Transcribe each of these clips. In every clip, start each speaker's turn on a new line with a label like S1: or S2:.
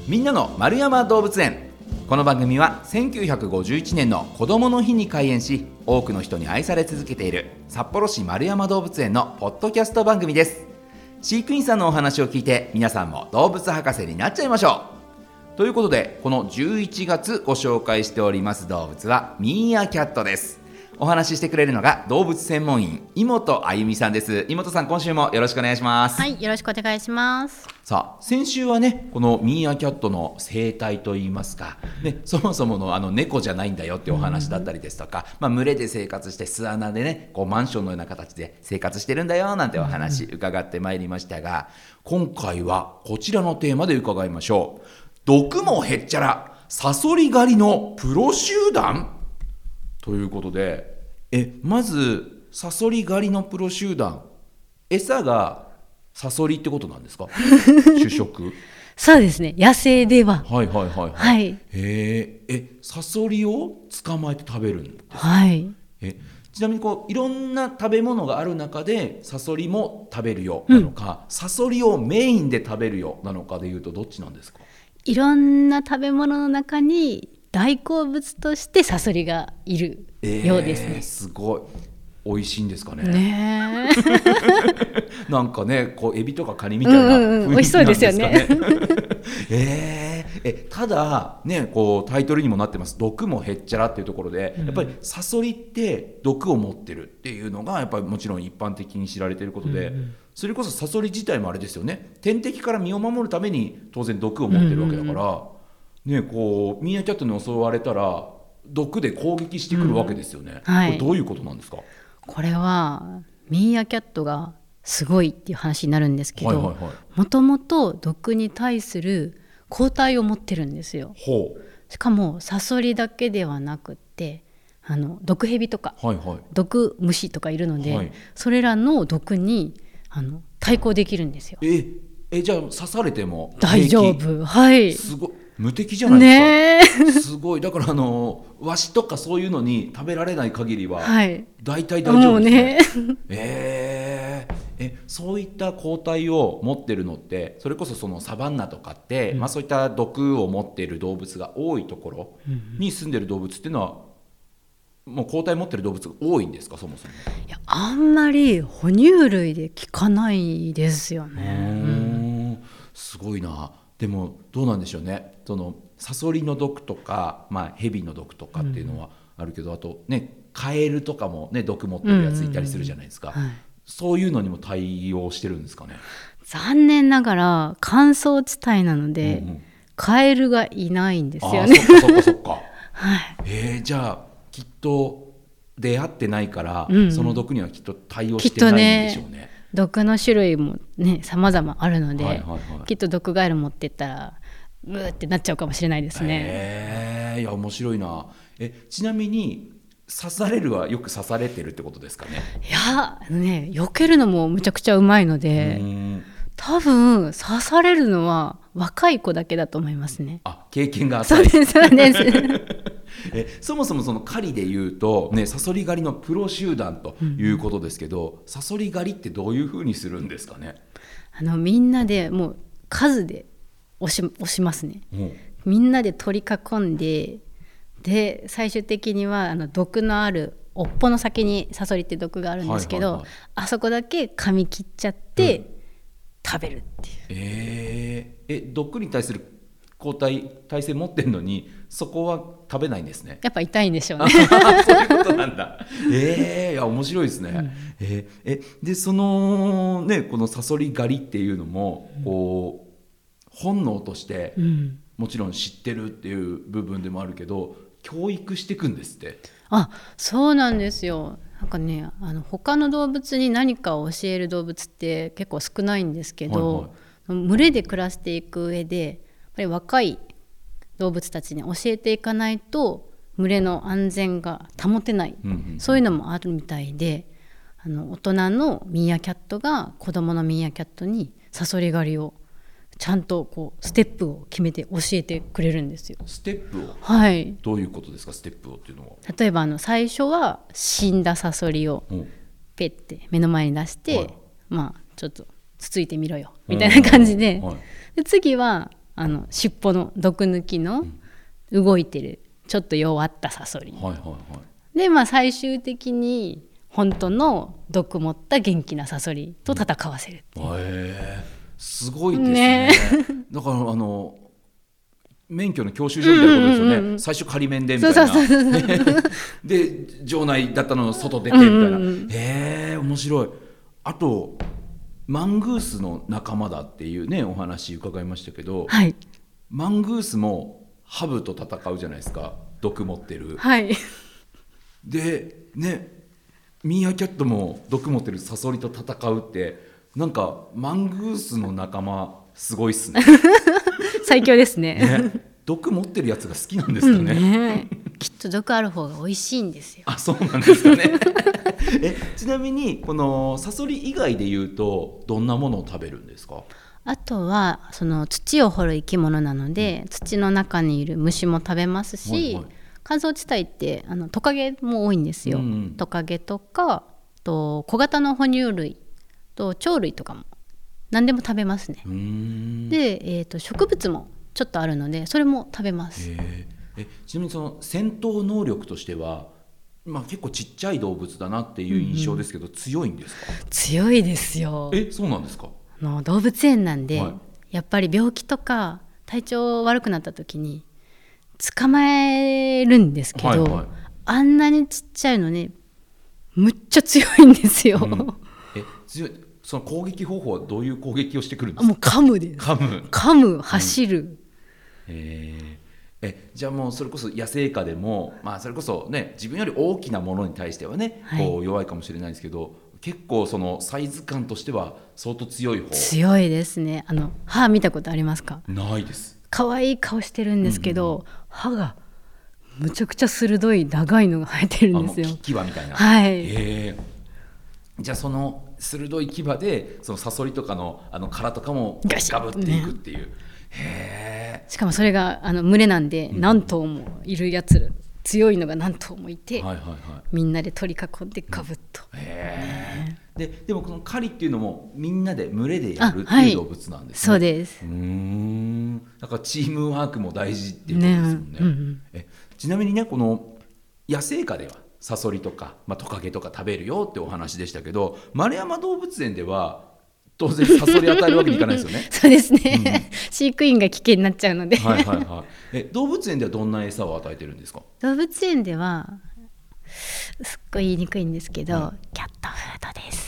S1: みんなの丸山動物園。この番組は1951年の子どもの日に開園し、多くの人に愛され続けている札幌市丸山動物園のポッドキャスト番組です。飼育員さんのお話を聞いて、皆さんも動物博士になっちゃいましょう。ということで、この11月ご紹介しております動物はミーアキャットです。お話ししてくれるのが動物専門員井本あゆみさんです。井本さん、今週もよろしくお願いします。
S2: はい、よろしくお願いします。
S1: さあ、先週はね、このミーアキャットの生態といいますか、ね、そもそもの猫じゃないんだよっていうお話だったりですとか、群れで生活して巣穴でね、こうマンションのような形で生活してるんだよなんてお話伺ってまいりましたが、今回はこちらのテーマで伺いましょう。毒もへっちゃらサソリ狩りのプロ集団ということで、まずサソリ狩りのプロ集団、餌がサソリってことなんですか？主食？
S2: そうですね、野生では。
S1: はいはいはいはい、
S2: はい。
S1: サソリを捕まえて食べるんですか？
S2: はい。
S1: ちなみにいろんな食べ物がある中でサソリも食べるよなのか、サソリをメインで食べるよなのかでいうとどっちなんですか？
S2: いろんな食べ物の中に大好物としてサソリがいるようですね。
S1: すごい。美味しいんですかね。
S2: ね
S1: なんかね、エビとかカニみたいな雰囲気なんですかね。
S2: 美味しそうですよ
S1: ね。ただね、タイトルにもなってます毒もへっちゃらっていうところで、やっぱりサソリって毒を持ってるっていうのがやっぱりもちろん一般的に知られていることで、それこそサソリ自体もあれですよね、天敵から身を守るために当然毒を持ってるわけだから、ね、ミーアキャットに襲われたら毒で攻撃してくるわけですよね。
S2: はい、
S1: これどういうことなんですか？
S2: これはミーアキャットがすごいっていう話になるんですけど、もともと毒に対する抗体を持ってるんですよ。しかもサソリだけではなくって毒ヘビとか、毒虫とかいるので、それらの毒に対抗できるんですよ。
S1: じゃあ刺されても
S2: 大丈夫。はい、
S1: すごい無敵じゃないですか。ね、すごい。だからワシとかそういうのに食べられない限りは、大体大丈夫ですね。そういった抗体を持ってるのって、それこそそのサバンナとかって、そういった毒を持っている動物が多いところに住んでる動物っていうのは、もう抗体持ってる動物が多いんですか？そもそも。
S2: いや、あんまり哺乳類で聞かないですよね。
S1: すごいな。でもどうなんでしょうね、そのサソリの毒とか、ヘビの毒とかっていうのはあるけど、あとね、カエルとかもね、毒持ってるやついたりするじゃないですか。そういうのにも対応してるんですかね？
S2: 残念ながら乾燥地帯なので、カエルがいないんですよね。
S1: そっか、じゃあきっと出会ってないから、その毒にはきっと対応してないんでしょうね。
S2: 毒の種類もね、様々あるので、きっと毒ガエル持ってったらうーってなっちゃうかもしれないですね。
S1: いや面白いな。ちなみに刺されるはよく刺されてるってことですかね？
S2: いやね、避けるのもむちゃくちゃうまいので、多分刺されるのは若い子だけだと思いますね。
S1: 経験が浅い。
S2: そうです
S1: そもそもその狩りでいうと、ね、サソリ狩りのプロ集団ということですけど、サソリ狩りってどういうふうにするんですかね？
S2: みんなでもう数で押しますね。みんなで取り囲んで、最終的には毒のある尾っぽの先にサソリって毒があるんですけど、あそこだけ噛み切っちゃって、食べるっていう。
S1: 毒に対する耐性持ってるのにそこは食べないんですね。
S2: やっぱ痛いんでしょうね。
S1: そういうことなんだ。いや面白いですね。でそのね、このサソリ狩りっていうのも本能として、もちろん知ってるっていう部分でもあるけど、教育していくんですって。
S2: そうなんですよ。なんかね、他の動物に何かを教える動物って結構少ないんですけど、群れで暮らしていく上でやっぱり若い動物たちに教えていかないと群れの安全が保てない、そういうのもあるみたいで、大人のミーアキャットが子供のミーアキャットにサソリ狩りをちゃんとステップを決めて教えてくれるんですよ。
S1: ステップを、どういうことですか？ステップをっていうのは。
S2: 例えば最初は死んだサソリをペッて目の前に出して、ちょっとつついてみろよみたいな感じで、で次は尻尾の毒抜きの動いてるちょっと弱ったサソリ、
S1: はいはいはい、
S2: で、最終的に本当の毒持った元気なサソリと戦わせるっていう、
S1: すごいですね。だから免許の教習所みたいなことですよね、最初仮免でみたいなで場内だったの外出てみたいな、面白い。あとマングースの仲間だっていうねお話伺いましたけど、
S2: はい、
S1: マングースもハブと戦うじゃないですか、毒持ってる、
S2: はい、
S1: でね、ミーアキャットも毒持ってるサソリと戦うって、なんかマングースの仲間すごいっすね
S2: 最強ですね
S1: 毒持ってるやつが好きなんですかね、
S2: きっと毒ある方が美味しいんですよ。
S1: あ、そうなんですかねちなみにこのサソリ以外で言うとどんなものを食べるんですか？
S2: あとはその土を掘る生き物なので、土の中にいる虫も食べますし、はいはい、乾燥地帯ってトカゲも多いんですよ、トカゲとか小型の哺乳類と鳥類とかも何でも食べますね。で、植物もちょっとあるのでそれも食べます。
S1: ちなみにその戦闘能力としては、結構ちっちゃい動物だなっていう印象ですけど、強いんですか？
S2: 強いですよ。
S1: そうなんですか？
S2: 動物園なんで、やっぱり病気とか体調悪くなった時に捕まえるんですけど、あんなにちっちゃいのね、むっちゃ強いんですよ、
S1: 強い。その攻撃方法はどういう攻撃をしてくるんですか？
S2: もう噛むです。噛む、走る、
S1: じゃあもうそれこそ野生下でも、それこそね、自分より大きなものに対してはね、こう弱いかもしれないですけど、結構そのサイズ感としては相当強い方。
S2: 強いですね。歯見たことありますか？
S1: ないです。可
S2: 愛い顔してるんですけど、歯がむちゃくちゃ鋭い長いのが生えてるんですよ。
S1: 牙みたいな。
S2: はい。
S1: じゃあその鋭い牙でそのサソリとかの殻とかもガブっていくっていう、
S2: しかもそれが群れなんで何頭もいるやつ、強いのが何頭もいて、みんなで取り囲んでガブッと、
S1: でもこの狩りっていうのもみんなで群れでやるっていう動物なんですね。
S2: そうです。
S1: だからチームワークも大事っていうことですもんね。ちなみにね、この野生下ではサソリとか、トカゲとか食べるよってお話でしたけど、丸山動物園では当然サソリ与えるわけにいかないですよね。
S2: そうですね、飼育員が危険になっちゃうので
S1: 動物園ではどんな餌を与えてるんですか？
S2: 動物園ではすっごい言いにくいんですけど、キャットフードです。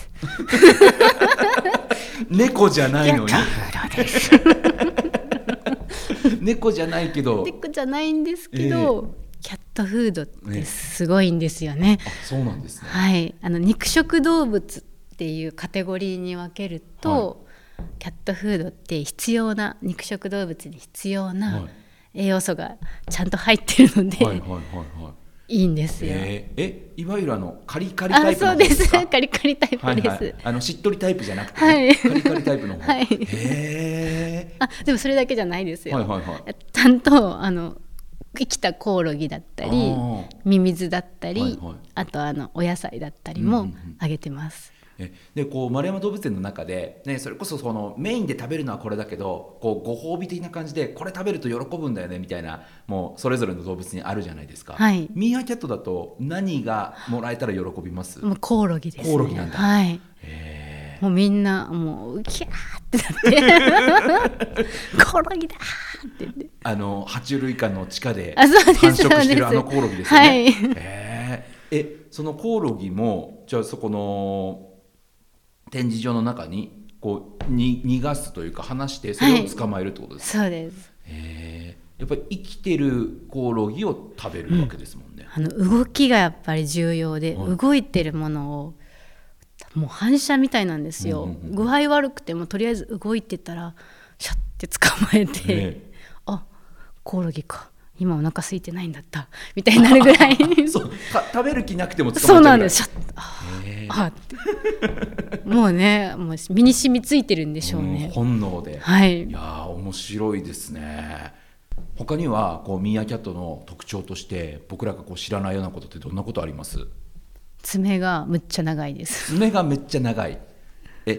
S1: 猫じゃないのに。
S2: キャットフードです。
S1: 猫じゃないけど。
S2: 猫じゃないんですけど、キャットフードってすごいんですよね。
S1: そうなんですね。
S2: はい、肉食動物っていうカテゴリーに分けると、キャットフードって肉食動物に必要な栄養素がちゃんと入ってるので、いいんですよ。
S1: いわゆるカリカリタイプの方ですか？
S2: そうです、カリカリタイプです。
S1: しっとりタイプじゃなくて、カリカリタイプの方。
S2: でもそれだけじゃないですよ。ちゃんと生きたコオロギだったりミミズだったり、あとお野菜だったりもあげてます。
S1: でこう丸山動物園の中で、それこそそのメインで食べるのはこれだけど、こうご褒美的な感じでこれ食べると喜ぶんだよねみたいな、もうそれぞれの動物にあるじゃないですか。ミーアキャットだと何がもらえたら喜びます？
S2: もうコオロギですね。
S1: コオロギなんだ。
S2: もうみんなもうキャーってなってコオロギだって言って、
S1: 爬虫類館の地下で繁殖してるコオロギですよね。そのコオロギもじゃあそこの展示場の中にこう逃がすというか離してそれを捕まえるってことですか？
S2: そうです。
S1: やっぱり生きてるコオロギを食べるわけですもんね。
S2: 動きがやっぱり重要で、動いてるものをもう反射みたいなんですよ。具合悪くてもとりあえず動いてたらシャッて捕まえて、あ、コオロギか、今お腹空いてないんだったみたいになるぐらい
S1: そう食べる気なくても捕まえちゃうぐらい。
S2: そうなんです。シャッってもうね、もう身に染みついてるんでしょうね、
S1: 本能で。いや面白いですね。他にはこうミーアキャットの特徴として僕らがこう知らないようなことってどんなことあります？
S2: 爪がむっちゃ長いです。
S1: 爪がめっちゃ長い。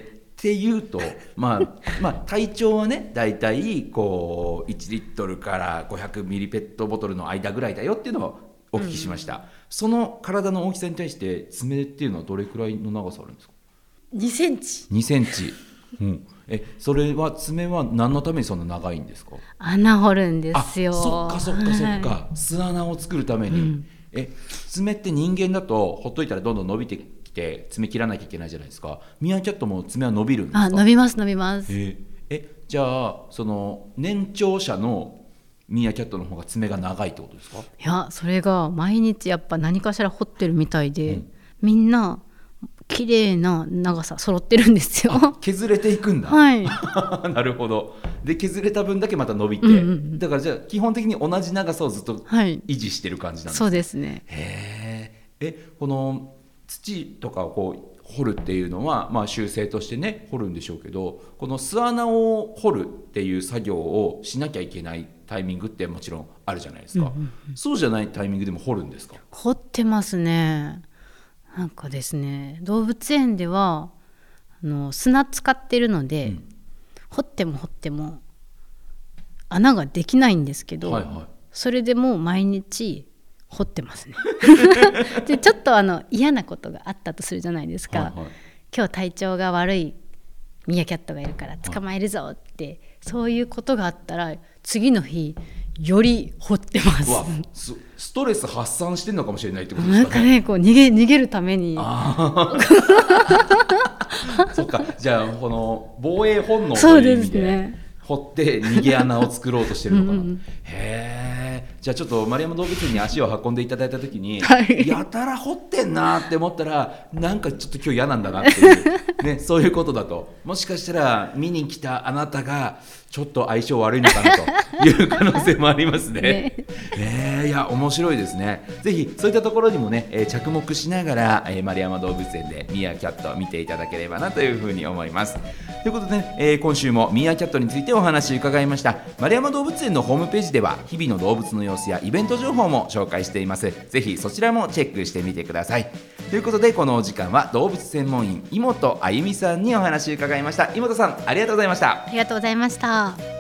S1: っていうと、体長はねだいたいこう1リットルから500ミリペットボトルの間ぐらいだよっていうのをお聞きしました、その体の大きさに対して爪っていうのはどれくらいの長さあるんですか
S2: 2センチ。
S1: 2センチ、それは爪は何のためにそんな長いんですか？
S2: 穴掘るんですよ。
S1: そっか、巣穴を作るために、爪って人間だとほっといたらどんどん伸びてきて爪切らなきゃいけないじゃないですか。ミーアキャットも爪は伸びるんですか？
S2: 伸びます。
S1: じゃあその年長者のミーアキャットの方が爪が長いってことですか？
S2: いや、それが毎日やっぱ何かしら掘ってるみたいで、みんな綺麗な長さ揃ってるんですよ。
S1: 削れていくんだ。
S2: はい
S1: なるほど。で削れた分だけまた伸びて、だからじゃあ基本的に同じ長さをずっと維持してる感じなんですか？
S2: そうですね。
S1: この土とかをこう掘るっていうのは、習性としてね掘るんでしょうけど、この巣穴を掘るっていう作業をしなきゃいけないタイミングってもちろんあるじゃないですか、そうじゃないタイミングでも掘るんですか？
S2: 掘ってますね。なんかですね、動物園では砂使ってるので、掘っても穴ができないんですけど、それでもう毎日掘ってますね。でちょっと嫌なことがあったとするじゃないですか、今日体調が悪いミーアキャットがいるから捕まえるぞって、そういうことがあったら次の日より掘ってます。
S1: ストレス発散してるのかもしれないってことですかね。
S2: なんかね、こう逃げるために。
S1: そっか、じゃあこの防衛本能という意味で掘って逃げ穴を作ろうとしてるのかな。じゃあちょっと丸山動物園に足を運んでいただいた時に、やたら掘ってんなって思ったら、なんかちょっと今日嫌なんだなっていう、そういうことだと、もしかしたら見に来たあなたがちょっと相性悪いのかなという可能性もありますね。いや面白いですね。ぜひそういったところにもね、着目しながら、丸山動物園でミーアキャットを見ていただければなというふうに思います。ということで、ね、今週もミーアキャットについてお話伺いました。丸山動物園のホームページでは日々の動物の様子やイベント情報も紹介しています。ぜひそちらもチェックしてみてください。ということで、このお時間は動物専門員井本あゆみさんにお話伺いました。井本さん、ありがとうございました。
S2: ありがとうございました。